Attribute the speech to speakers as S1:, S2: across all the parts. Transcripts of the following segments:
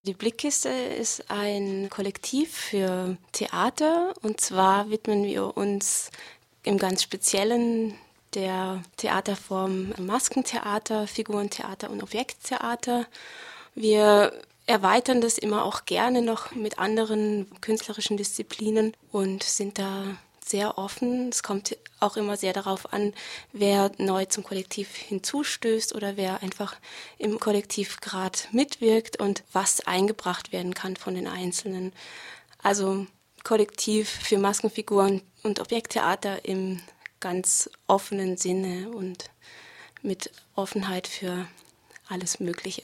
S1: Die Blickkiste ist ein Kollektiv für Theater und zwar widmen wir uns im ganz Speziellen der Theaterform Maskentheater, Figurentheater und Objekttheater. Wir erweitern das immer auch gerne noch mit anderen künstlerischen Disziplinen und sind da sehr offen. Es kommt auch immer sehr darauf an, wer neu zum Kollektiv hinzustößt oder wer einfach im Kollektiv gerade mitwirkt und was eingebracht werden kann von den Einzelnen. Also Kollektiv für Maskenfiguren und Objekttheater im ganz offenen Sinne und mit Offenheit für alles Mögliche.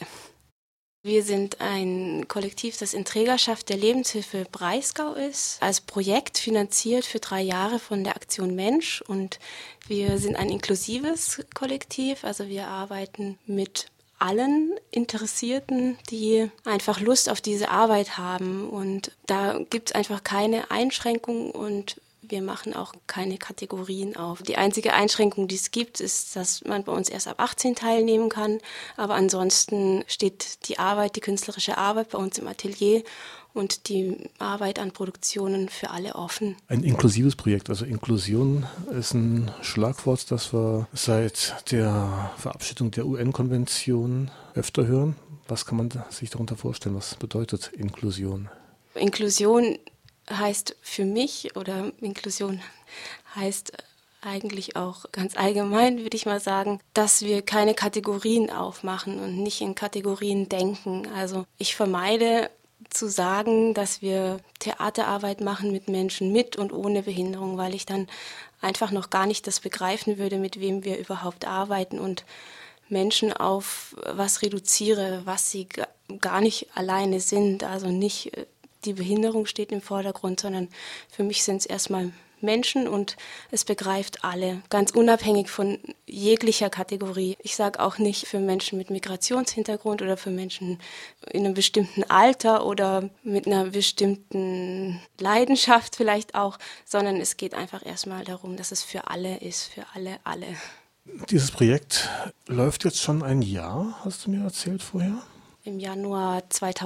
S1: Wir sind ein Kollektiv, das in Trägerschaft der Lebenshilfe Breisgau ist, als Projekt finanziert für 3 Jahre von der Aktion Mensch. Und wir sind ein inklusives Kollektiv, also wir arbeiten mit allen Interessierten, die einfach Lust auf diese Arbeit haben. Und da gibt es einfach keine Einschränkung und wir machen auch keine Kategorien auf. Die einzige Einschränkung, die es gibt, ist, dass man bei uns erst ab 18 teilnehmen kann. Aber ansonsten steht die Arbeit, die künstlerische Arbeit bei uns im Atelier und die Arbeit an Produktionen für alle offen.
S2: Ein inklusives Projekt, also Inklusion ist ein Schlagwort, das wir seit der Verabschiedung der UN-Konvention öfter hören. Was kann man sich darunter vorstellen? Was bedeutet Inklusion?
S1: Inklusion heißt für mich, oder Inklusion heißt eigentlich auch ganz allgemein, würde ich mal sagen, dass wir keine Kategorien aufmachen und nicht in Kategorien denken. Also ich vermeide zu sagen, dass wir Theaterarbeit machen mit Menschen mit und ohne Behinderung, weil ich dann einfach noch gar nicht das begreifen würde, mit wem wir überhaupt arbeiten und Menschen auf was reduziere, was sie gar nicht alleine sind, also nicht die Behinderung steht im Vordergrund, sondern für mich sind es erstmal Menschen und es begreift alle, ganz unabhängig von jeglicher Kategorie. Ich sage auch nicht für Menschen mit Migrationshintergrund oder für Menschen in einem bestimmten Alter oder mit einer bestimmten Leidenschaft vielleicht auch, sondern es geht einfach erstmal darum, dass es für alle ist, für alle.
S2: Dieses Projekt läuft jetzt schon ein Jahr, hast du mir erzählt vorher?
S1: Im Januar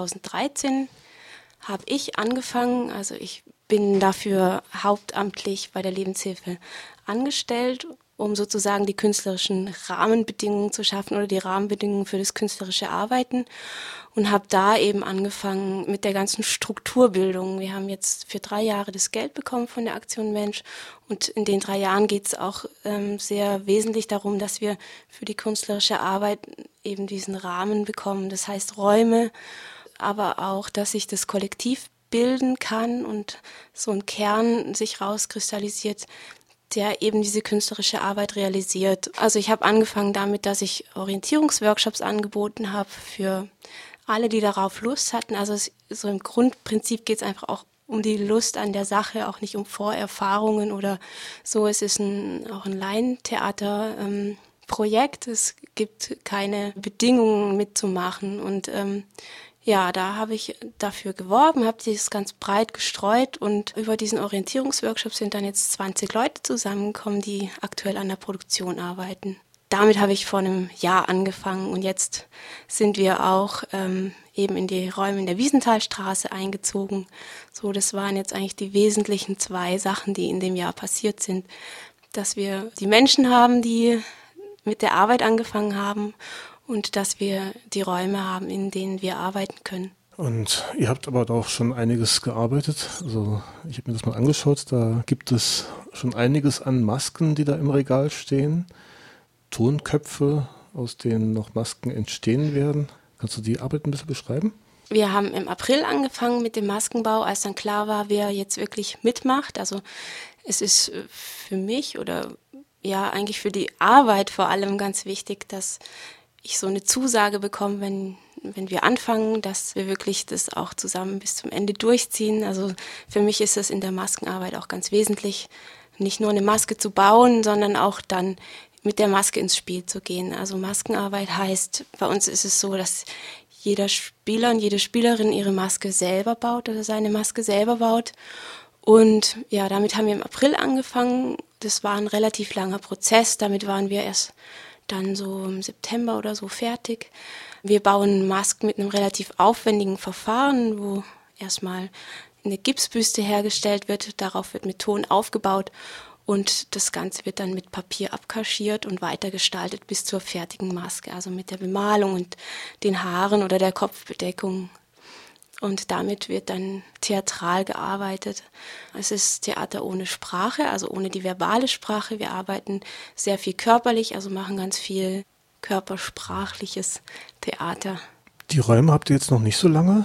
S1: 2013 habe ich angefangen, also ich bin dafür hauptamtlich bei der Lebenshilfe angestellt, um sozusagen die künstlerischen Rahmenbedingungen zu schaffen oder die Rahmenbedingungen für das künstlerische Arbeiten und habe da eben angefangen mit der ganzen Strukturbildung. Wir haben jetzt für 3 Jahre das Geld bekommen von der Aktion Mensch und in den 3 Jahren geht es auch sehr wesentlich darum, dass wir für die künstlerische Arbeit eben diesen Rahmen bekommen, das heißt Räume, aber auch, dass sich das Kollektiv bilden kann und so ein Kern sich rauskristallisiert, der eben diese künstlerische Arbeit realisiert. Also ich habe angefangen damit, dass ich Orientierungsworkshops angeboten habe für alle, die darauf Lust hatten. Also so im Grundprinzip geht es einfach auch um die Lust an der Sache, auch nicht um Vorerfahrungen oder so. Es ist auch ein Laientheater-Projekt. Es gibt keine Bedingungen mitzumachen und ja, da habe ich dafür geworben, habe das ganz breit gestreut und über diesen Orientierungsworkshop sind dann jetzt 20 Leute zusammengekommen, die aktuell an der Produktion arbeiten. Damit habe ich vor einem Jahr angefangen und jetzt sind wir auch eben in die Räume in der Wiesenthalstraße eingezogen. So, das waren jetzt eigentlich die wesentlichen 2 Sachen, die in dem Jahr passiert sind, dass wir die Menschen haben, die mit der Arbeit angefangen haben und dass wir die Räume haben, in denen wir arbeiten können.
S2: Und ihr habt aber auch schon einiges gearbeitet. Also ich habe mir das mal angeschaut, da gibt es schon einiges an Masken, die da im Regal stehen. Tonköpfe, aus denen noch Masken entstehen werden. Kannst du die Arbeit ein bisschen beschreiben?
S1: Wir haben im April angefangen mit dem Maskenbau, als dann klar war, wer jetzt wirklich mitmacht. Also es ist für mich oder ja eigentlich für die Arbeit vor allem ganz wichtig, dass ich so eine Zusage bekomme, wenn wir anfangen, dass wir wirklich das auch zusammen bis zum Ende durchziehen. Also für mich ist es in der Maskenarbeit auch ganz wesentlich, nicht nur eine Maske zu bauen, sondern auch dann mit der Maske ins Spiel zu gehen. Also Maskenarbeit heißt, bei uns ist es so, dass jeder Spieler und jede Spielerin ihre Maske selber baut oder seine Maske selber baut. Und ja, damit haben wir im April angefangen. Das war ein relativ langer Prozess. Damit waren wir erst dann so im September oder so fertig. Wir bauen Masken mit einem relativ aufwendigen Verfahren, wo erstmal eine Gipsbüste hergestellt wird, darauf wird mit Ton aufgebaut und das Ganze wird dann mit Papier abkaschiert und weitergestaltet bis zur fertigen Maske, also mit der Bemalung und den Haaren oder der Kopfbedeckung. Und damit wird dann theatral gearbeitet. Es ist Theater ohne Sprache, also ohne die verbale Sprache. Wir arbeiten sehr viel körperlich, also machen ganz viel körpersprachliches Theater.
S2: Die Räume habt ihr jetzt noch nicht so lange.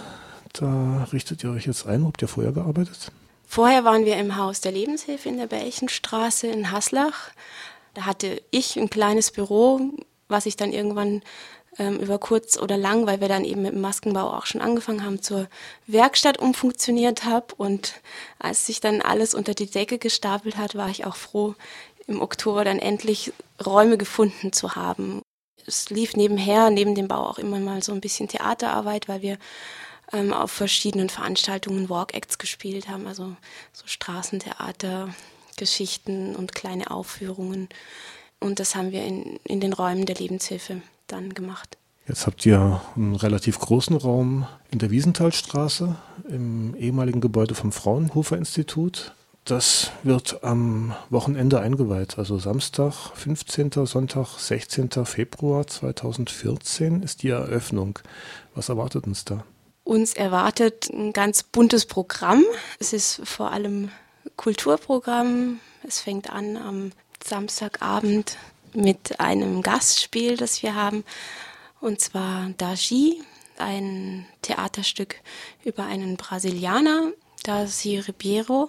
S2: Da richtet ihr euch jetzt ein. Wo habt ihr vorher gearbeitet?
S1: Vorher waren wir im Haus der Lebenshilfe in der Belchenstraße in Haslach. Da hatte ich ein kleines Büro, was ich dann irgendwann über kurz oder lang, weil wir dann eben mit dem Maskenbau auch schon angefangen haben, zur Werkstatt umfunktioniert habe. Und als sich dann alles unter die Decke gestapelt hat, war ich auch froh, im Oktober dann endlich Räume gefunden zu haben. Es lief nebenher, neben dem Bau auch immer mal so ein bisschen Theaterarbeit, weil wir auf verschiedenen Veranstaltungen Walk-Acts gespielt haben, also so Straßentheater, Geschichten und kleine Aufführungen. Und das haben wir in den Räumen der Lebenshilfe dann gemacht.
S2: Jetzt habt ihr einen relativ großen Raum in der Wiesenthalstraße im ehemaligen Gebäude vom Fraunhofer-Institut. Das wird am Wochenende eingeweiht, also Samstag, 15., Sonntag, 16. Februar 2014 ist die Eröffnung. Was erwartet uns da?
S1: Uns erwartet ein ganz buntes Programm. Es ist vor allem Kulturprogramm. Es fängt an am Samstagabend mit einem Gastspiel, das wir haben, und zwar Daji, ein Theaterstück über einen Brasilianer, Darcy Ribeiro.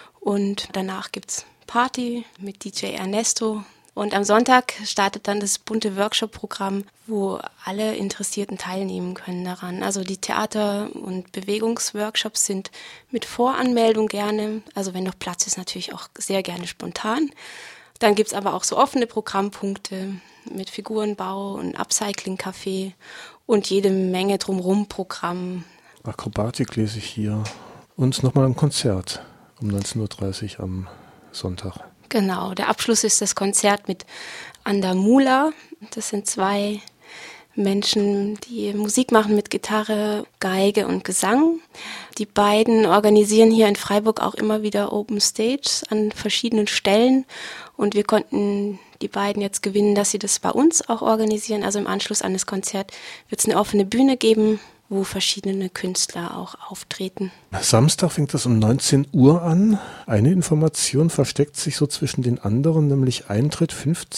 S1: Und danach gibt's Party mit DJ Ernesto. Und am Sonntag startet dann das bunte Workshop-Programm, wo alle Interessierten teilnehmen können daran. Also die Theater- und Bewegungsworkshops sind mit Voranmeldung gerne. Also wenn noch Platz ist, natürlich auch sehr gerne spontan. Dann gibt's aber auch so offene Programmpunkte mit Figurenbau und Upcycling-Café und jede Menge Drumherum-Programm.
S2: Akrobatik lese ich hier. Und nochmal ein Konzert um 19.30 Uhr am Sonntag.
S1: Genau, der Abschluss ist das Konzert mit Andamula. Das sind 2 Menschen, die Musik machen mit Gitarre, Geige und Gesang. Die beiden organisieren hier in Freiburg auch immer wieder Open Stages an verschiedenen Stellen. Und wir konnten die beiden jetzt gewinnen, dass sie das bei uns auch organisieren. Also im Anschluss an das Konzert wird es eine offene Bühne geben, wo verschiedene Künstler auch auftreten.
S2: Samstag fängt es um 19 Uhr an. Eine Information versteckt sich so zwischen den anderen, nämlich Eintritt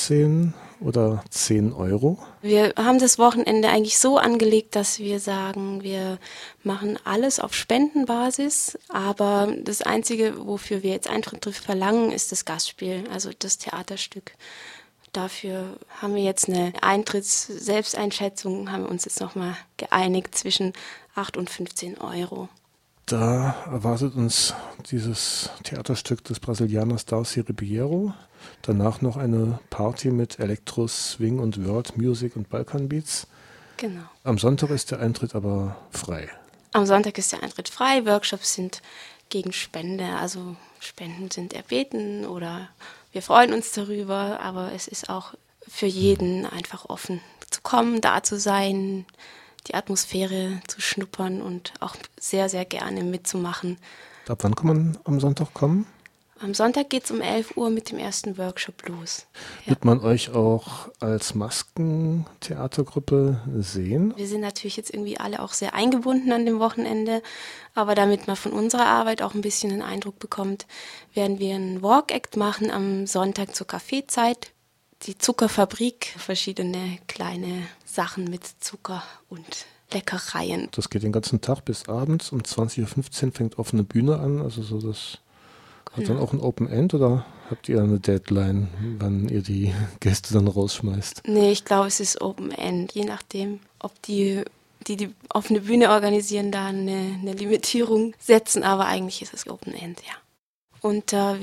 S2: 15 oder 10 Euro.
S1: Wir haben das Wochenende eigentlich so angelegt, dass wir sagen, wir machen alles auf Spendenbasis, aber das Einzige, wofür wir jetzt Eintritt verlangen, ist das Gastspiel, also das Theaterstück. Dafür haben wir jetzt eine Eintritts-Selbsteinschätzung, haben wir uns jetzt nochmal geeinigt zwischen 8 und 15 Euro.
S2: Da erwartet uns dieses Theaterstück des Brasilianers Darcy Ribeiro. Danach noch eine Party mit Elektro, Swing und World Music und Balkanbeats.
S1: Genau.
S2: Am Sonntag ist der Eintritt aber frei.
S1: Am Sonntag ist der Eintritt frei. Workshops sind gegen Spende, also Spenden sind erbeten oder wir freuen uns darüber, aber es ist auch für jeden einfach offen zu kommen, da zu sein, die Atmosphäre zu schnuppern und auch sehr, sehr gerne mitzumachen.
S2: Ab wann kann man am Sonntag kommen?
S1: Am Sonntag geht es um 11 Uhr mit dem ersten Workshop los. Ja.
S2: Wird man euch auch als Maskentheatergruppe sehen?
S1: Wir sind natürlich jetzt irgendwie alle auch sehr eingebunden an dem Wochenende, aber damit man von unserer Arbeit auch ein bisschen einen Eindruck bekommt, werden wir einen Walk-Act machen am Sonntag zur Kaffeezeit. Die Zuckerfabrik, verschiedene kleine Sachen mit Zucker und Leckereien.
S2: Das geht den ganzen Tag bis abends. Um 20.15 Uhr fängt offene Bühne an, also so das. Hat dann auch ein Open End oder habt ihr eine Deadline, wann ihr die Gäste dann rausschmeißt?
S1: Nee, ich glaube, es ist Open End. Je nachdem, ob die offene Bühne organisieren, da eine Limitierung setzen, aber eigentlich ist es Open End, ja. Unter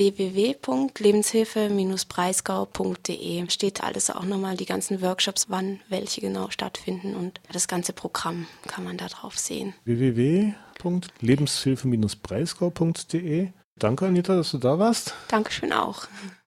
S1: www.lebenshilfe-breisgau.de steht alles auch nochmal, die ganzen Workshops, wann welche genau stattfinden und das ganze Programm kann man da drauf sehen.
S2: www.lebenshilfe-breisgau.de. Danke, Anita, dass du da warst.
S1: Dankeschön auch.